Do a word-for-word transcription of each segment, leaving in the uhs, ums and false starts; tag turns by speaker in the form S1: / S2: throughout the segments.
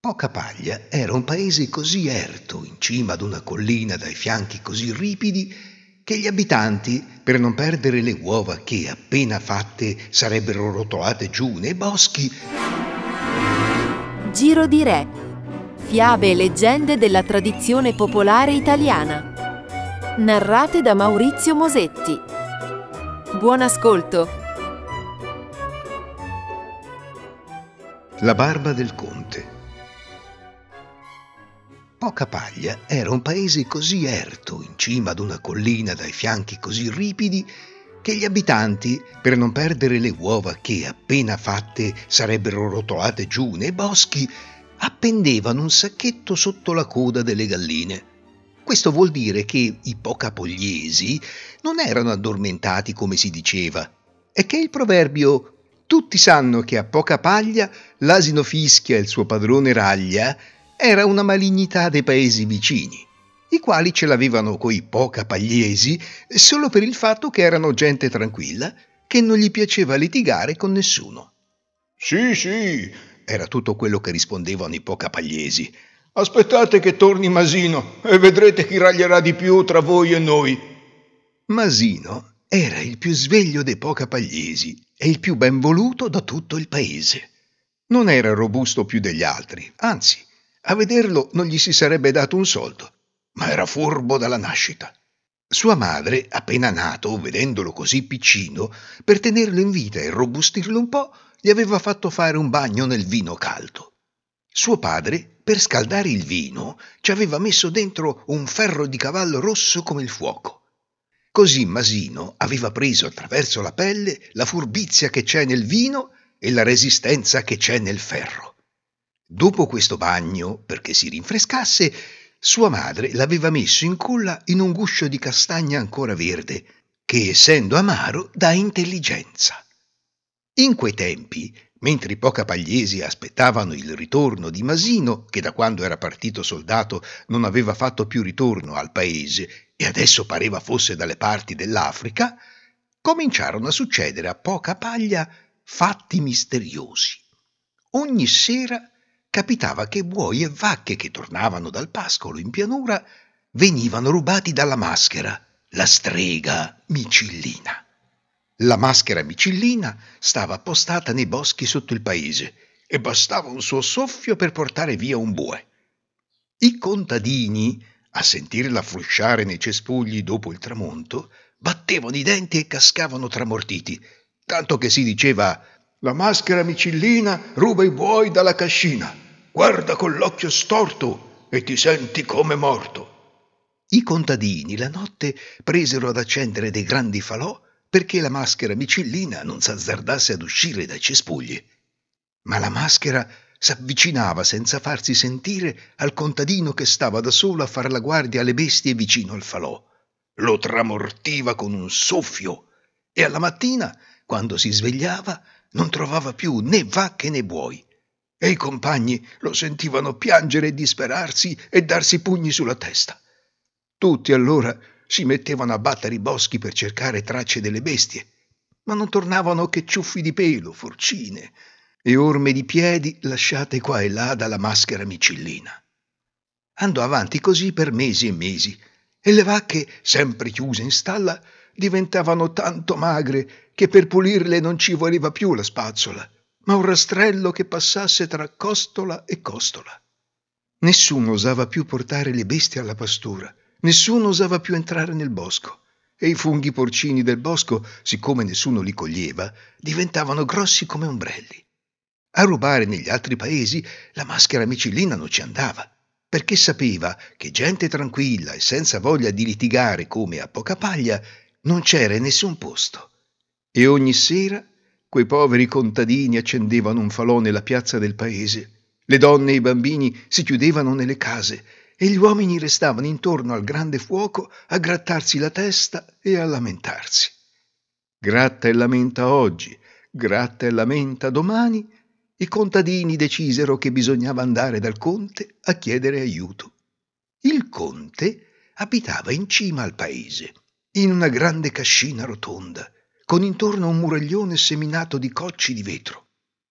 S1: Pocapaglia era un paese così erto, in cima ad una collina dai fianchi così ripidi, che gli abitanti, per non perdere le uova che, appena fatte, sarebbero rotolate giù nei boschi.
S2: Giro di Re. Fiabe e leggende della tradizione popolare italiana. Narrate da Maurizio Mosetti. Buon ascolto.
S1: La barba del conte. Pocapaglia era un paese così erto, in cima ad una collina dai fianchi così ripidi, che gli abitanti, per non perdere le uova che, appena fatte, sarebbero rotolate giù nei boschi, appendevano un sacchetto sotto la coda delle galline. Questo vuol dire che i pocapogliesi non erano addormentati come si diceva, e che il proverbio «tutti sanno che a poca paglia l'asino fischia e il suo padrone raglia» era una malignità dei paesi vicini, i quali ce l'avevano coi pocapagliesi solo per il fatto che erano gente tranquilla, che non gli piaceva litigare con nessuno. «Sì, sì», era tutto quello che rispondevano i pocapagliesi. «Aspettate che torni Masino e vedrete chi raglierà di più tra voi e noi». Masino era il più sveglio dei pocapagliesi e il più ben voluto da tutto il paese. Non era robusto più degli altri, anzi, a vederlo non gli si sarebbe dato un soldo, ma era furbo dalla nascita. Sua madre, appena nato, vedendolo così piccino, per tenerlo in vita e robustirlo un po', gli aveva fatto fare un bagno nel vino caldo. Suo padre, per scaldare il vino, ci aveva messo dentro un ferro di cavallo rosso come il fuoco. Così Masino aveva preso attraverso la pelle la furbizia che c'è nel vino e la resistenza che c'è nel ferro. Dopo questo bagno, perché si rinfrescasse, sua madre l'aveva messo in culla in un guscio di castagna ancora verde, che essendo amaro dà intelligenza. In quei tempi, mentre i pocapagliesi aspettavano il ritorno di Masino, che da quando era partito soldato non aveva fatto più ritorno al paese e adesso pareva fosse dalle parti dell'Africa, cominciarono a succedere a Pocapaglia fatti misteriosi. Ogni sera capitava che buoi e vacche che tornavano dal pascolo in pianura venivano rubati dalla maschera, la strega Micillina. La maschera Micillina stava appostata nei boschi sotto il paese e bastava un suo soffio per portare via un bue. I contadini, a sentirla frusciare nei cespugli dopo il tramonto, battevano i denti e cascavano tramortiti, tanto che si diceva «La maschera Micillina ruba i buoi dalla cascina, guarda con l'occhio storto e ti senti come morto». I contadini la notte presero ad accendere dei grandi falò perché la maschera Micillina non s'azzardasse ad uscire dai cespugli. Ma la maschera s'avvicinava senza farsi sentire al contadino che stava da solo a far la guardia alle bestie vicino al falò. Lo tramortiva con un soffio e alla mattina, quando si svegliava, non trovava più né vacche né buoi. E i compagni lo sentivano piangere e disperarsi e darsi pugni sulla testa. Tutti allora si mettevano a battere i boschi per cercare tracce delle bestie, ma non tornavano che ciuffi di pelo, forcine e orme di piedi lasciate qua e là dalla maschera Micillina. Andò avanti così per mesi e mesi, e le vacche, sempre chiuse in stalla, diventavano tanto magre che per pulirle non ci voleva più la spazzola, ma un rastrello che passasse tra costola e costola. Nessuno osava più portare le bestie alla pastura, nessuno osava più entrare nel bosco, e i funghi porcini del bosco, siccome nessuno li coglieva, diventavano grossi come ombrelli. A rubare negli altri paesi la maschera Micillina non ci andava, perché sapeva che gente tranquilla e senza voglia di litigare come a Pocapaglia non c'era in nessun posto. E ogni sera quei poveri contadini accendevano un falò nella piazza del paese, le donne e i bambini si chiudevano nelle case e gli uomini restavano intorno al grande fuoco a grattarsi la testa e a lamentarsi. Gratta e lamenta oggi, gratta e lamenta domani, i contadini decisero che bisognava andare dal conte a chiedere aiuto. Il conte abitava in cima al paese, in una grande cascina rotonda, con intorno un muraglione seminato di cocci di vetro.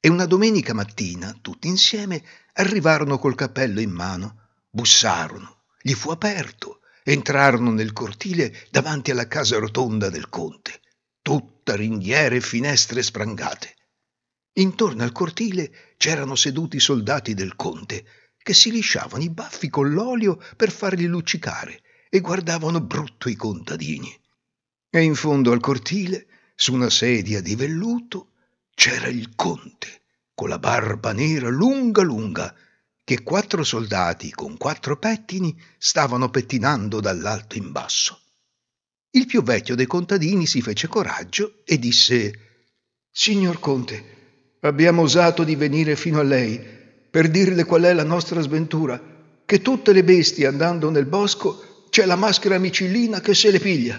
S1: E una domenica mattina, tutti insieme, arrivarono col cappello in mano, bussarono, gli fu aperto, entrarono nel cortile davanti alla casa rotonda del conte, tutta ringhiere e finestre sprangate. Intorno al cortile c'erano seduti i soldati del conte, che si lisciavano i baffi con l'olio per farli luccicare e guardavano brutto i contadini. E in fondo al cortile, su una sedia di velluto, c'era il conte, con la barba nera lunga lunga, che quattro soldati con quattro pettini stavano pettinando dall'alto in basso. Il più vecchio dei contadini si fece coraggio e disse: «Signor conte, abbiamo osato di venire fino a lei per dirle qual è la nostra sventura, che tutte le bestie andando nel bosco c'è la maschera micillina che se le piglia».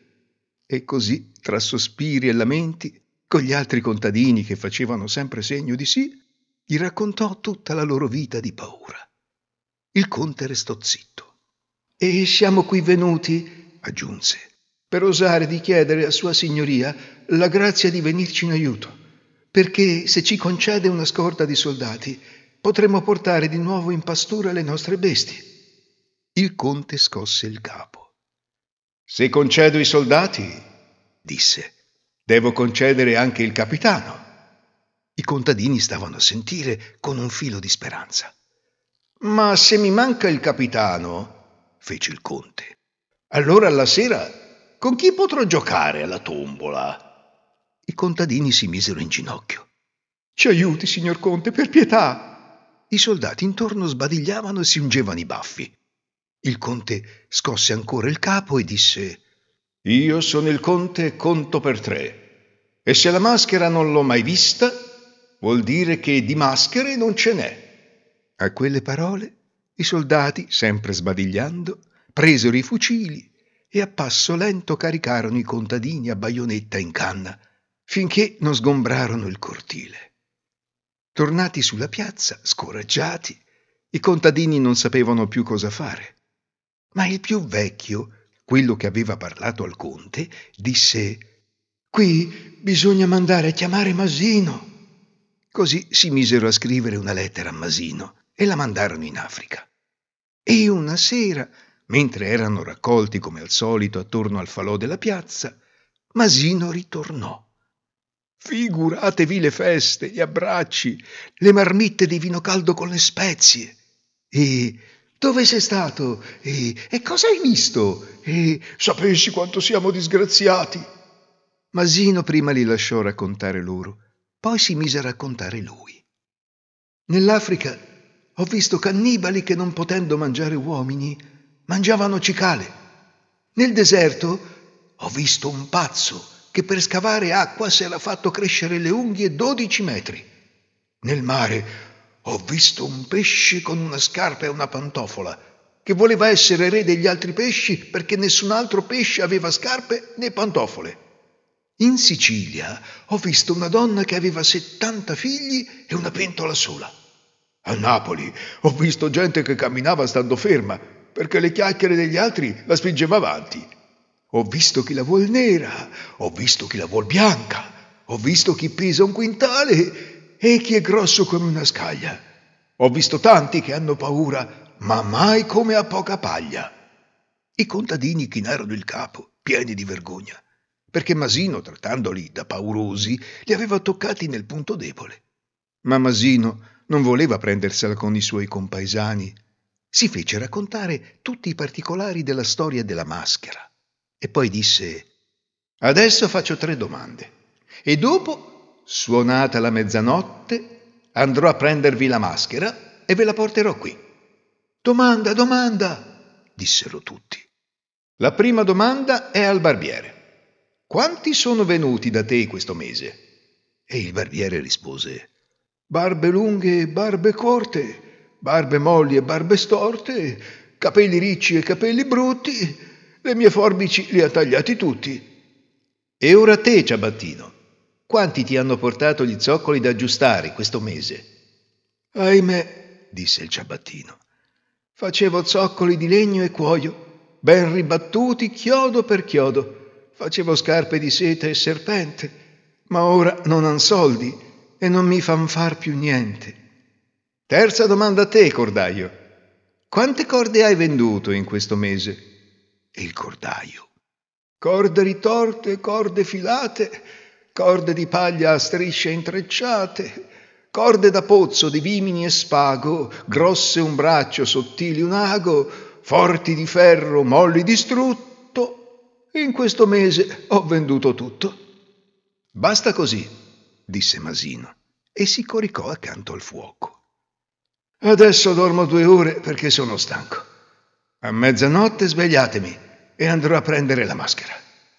S1: E così, tra sospiri e lamenti, con gli altri contadini che facevano sempre segno di sì, gli raccontò tutta la loro vita di paura. Il conte restò zitto. «E siamo qui venuti», aggiunse, «per osare di chiedere a Sua Signoria la grazia di venirci in aiuto, perché se ci concede una scorta di soldati potremo portare di nuovo in pastura le nostre bestie». Il conte scosse il capo. «Se concedo i soldati», disse, «devo concedere anche il capitano». I contadini stavano a sentire con un filo di speranza. «Ma se mi manca il capitano», fece il conte, «allora alla sera con chi potrò giocare alla tombola?» I contadini si misero in ginocchio. «Ci aiuti, signor conte, per pietà!» I soldati intorno sbadigliavano e si ungevano i baffi. Il conte scosse ancora il capo e disse: «Io sono il conte e conto per tre, e se la maschera non l'ho mai vista, vuol dire che di maschere non ce n'è». A quelle parole i soldati, sempre sbadigliando, presero i fucili e a passo lento caricarono i contadini a baionetta in canna, finché non sgombrarono il cortile. Tornati sulla piazza, scoraggiati, i contadini non sapevano più cosa fare. Ma il più vecchio, quello che aveva parlato al conte, disse: «Qui bisogna mandare a chiamare Masino». Così si misero a scrivere una lettera a Masino e la mandarono in Africa. E una sera, mentre erano raccolti come al solito attorno al falò della piazza, Masino ritornò. Figuratevi le feste, gli abbracci, le marmitte di vino caldo con le spezie. E dove sei stato? E, e cosa hai visto? E sapessi quanto siamo disgraziati. Masino prima li lasciò raccontare loro, poi si mise a raccontare lui. Nell'Africa ho visto cannibali che, non potendo mangiare uomini, mangiavano cicale. Nel deserto ho visto un pazzo che per scavare acqua si era fatto crescere le unghie dodici metri. Nel mare ho visto un pesce con una scarpa e una pantofola, che voleva essere re degli altri pesci perché nessun altro pesce aveva scarpe né pantofole. In Sicilia ho visto una donna che aveva settanta figli e una pentola sola. A Napoli ho visto gente che camminava stando ferma, perché le chiacchiere degli altri la spingeva avanti. Ho visto chi la vuol nera, ho visto chi la vuol bianca, ho visto chi pesa un quintale e chi è grosso come una scaglia. Ho visto tanti che hanno paura, ma mai come a poca paglia. I contadini chinarono il capo, pieni di vergogna, perché Masino, trattandoli da paurosi, li aveva toccati nel punto debole. Ma Masino non voleva prendersela con i suoi compaesani. Si fece raccontare tutti i particolari della storia della maschera. E poi disse: «Adesso faccio tre domande e dopo, suonata la mezzanotte, andrò a prendervi la maschera e ve la porterò qui». «Domanda, domanda», dissero tutti. «La prima domanda è al barbiere. Quanti sono venuti da te questo mese?» E il barbiere rispose: «Barbe lunghe e barbe corte, barbe molli e barbe storte, capelli ricci e capelli brutti, le mie forbici li ha tagliati tutti». «E ora te, ciabattino, quanti ti hanno portato gli zoccoli da aggiustare questo mese?» «Ahimè», disse il ciabattino, «facevo zoccoli di legno e cuoio, ben ribattuti chiodo per chiodo, facevo scarpe di seta e serpente, ma ora non han soldi e non mi fan far più niente. Terza domanda a te, cordaio. Quante corde hai venduto in questo mese? E il cordaio: corde ritorte, corde filate, corde di paglia a strisce intrecciate, corde da pozzo di vimini e spago, grosse un braccio, sottili un ago, forti di ferro, molli di strutto. In questo mese ho venduto tutto. Basta così, disse Masino, e si coricò accanto al fuoco. Adesso dormo due ore perché sono stanco. A mezzanotte svegliatemi e andrò a prendere la maschera.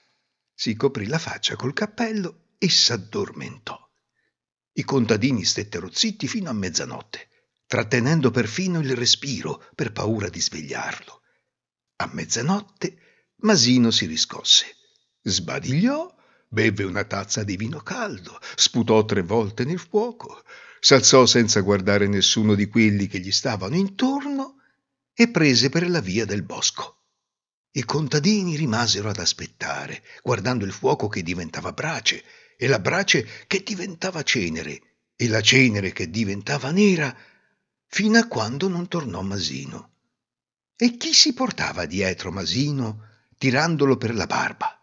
S1: Si coprì la faccia col cappello e s'addormentò. I contadini stettero zitti fino a mezzanotte, trattenendo perfino il respiro per paura di svegliarlo. A mezzanotte Masino si riscosse, sbadigliò, beve una tazza di vino caldo, sputò tre volte nel fuoco, s'alzò senza guardare nessuno di quelli che gli stavano intorno e prese per la via del bosco. I contadini rimasero ad aspettare, guardando il fuoco che diventava brace e la brace che diventava cenere e la cenere che diventava nera, fino a quando non tornò Masino. E chi si portava dietro Masino tirandolo per la barba?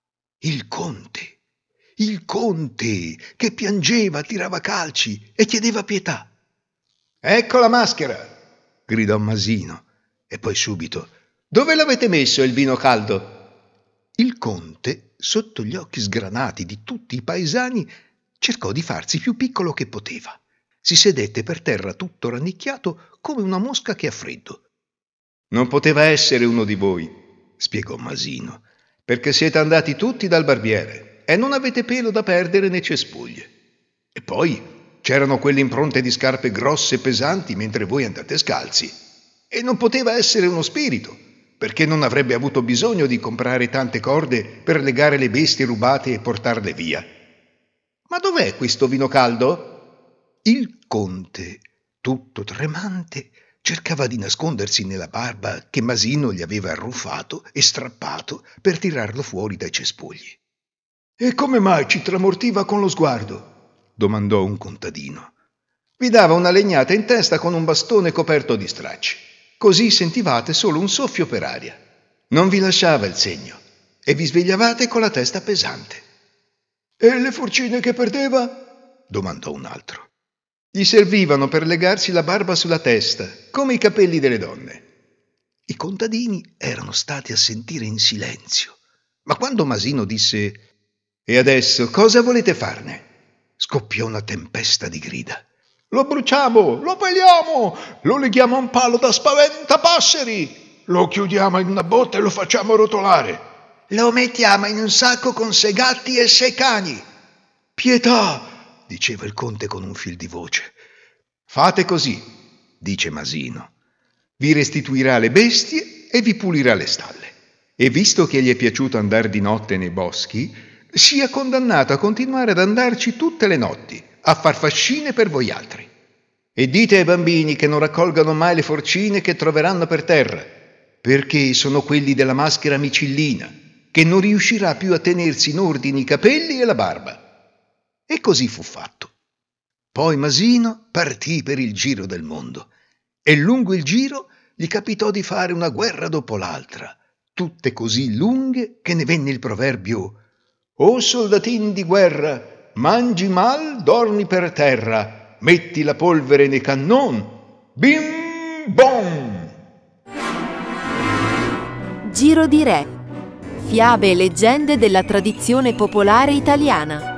S1: Il conte. Il conte, che piangeva, tirava calci e chiedeva pietà. «Ecco la maschera!» gridò Masino, e poi subito: «Dove l'avete messo il vino caldo?» Il conte, sotto gli occhi sgranati di tutti i paesani, cercò di farsi più piccolo che poteva. Si sedette per terra tutto rannicchiato come una mosca che ha freddo. «Non poteva essere uno di voi», spiegò Masino, «perché siete andati tutti dal barbiere e non avete pelo da perdere né cespuglie. E poi c'erano quelle impronte di scarpe grosse e pesanti mentre voi andate scalzi. E non poteva essere uno spirito, perché non avrebbe avuto bisogno di comprare tante corde per legare le bestie rubate e portarle via. Ma dov'è questo vino caldo?» Il conte, tutto tremante, cercava di nascondersi nella barba che Masino gli aveva arruffato e strappato per tirarlo fuori dai cespugli. «E come mai ci tramortiva con lo sguardo?» domandò un contadino. «Vi dava una legnata in testa con un bastone coperto di stracci. Così sentivate solo un soffio per aria. Non vi lasciava il segno e vi svegliavate con la testa pesante». «E le forcine che perdeva?» domandò un altro. «Gli servivano per legarsi la barba sulla testa, come i capelli delle donne». I contadini erano stati a sentire in silenzio, ma quando Masino disse: «E adesso cosa volete farne?» scoppiò una tempesta di grida. «Lo bruciamo, lo peliamo, lo leghiamo a un palo da spaventapasseri, lo chiudiamo in una botte e lo facciamo rotolare, lo mettiamo in un sacco con sei gatti e sei cani». «Pietà!» diceva il conte con un fil di voce. «Fate così», dice Masino. «Vi restituirà le bestie e vi pulirà le stalle. E visto che gli è piaciuto andare di notte nei boschi, sia condannato a continuare ad andarci tutte le notti, a far fascine per voi altri. E dite ai bambini che non raccolgano mai le forcine che troveranno per terra, perché sono quelli della maschera micillina, che non riuscirà più a tenersi in ordine i capelli e la barba». E così fu fatto. Poi Masino partì per il giro del mondo, e lungo il giro gli capitò di fare una guerra dopo l'altra, tutte così lunghe che ne venne il proverbio: «O soldatin di guerra, mangi mal, dormi per terra, metti la polvere nei cannon, bim bom!»
S2: Giro di Re. Fiabe e leggende della tradizione popolare italiana.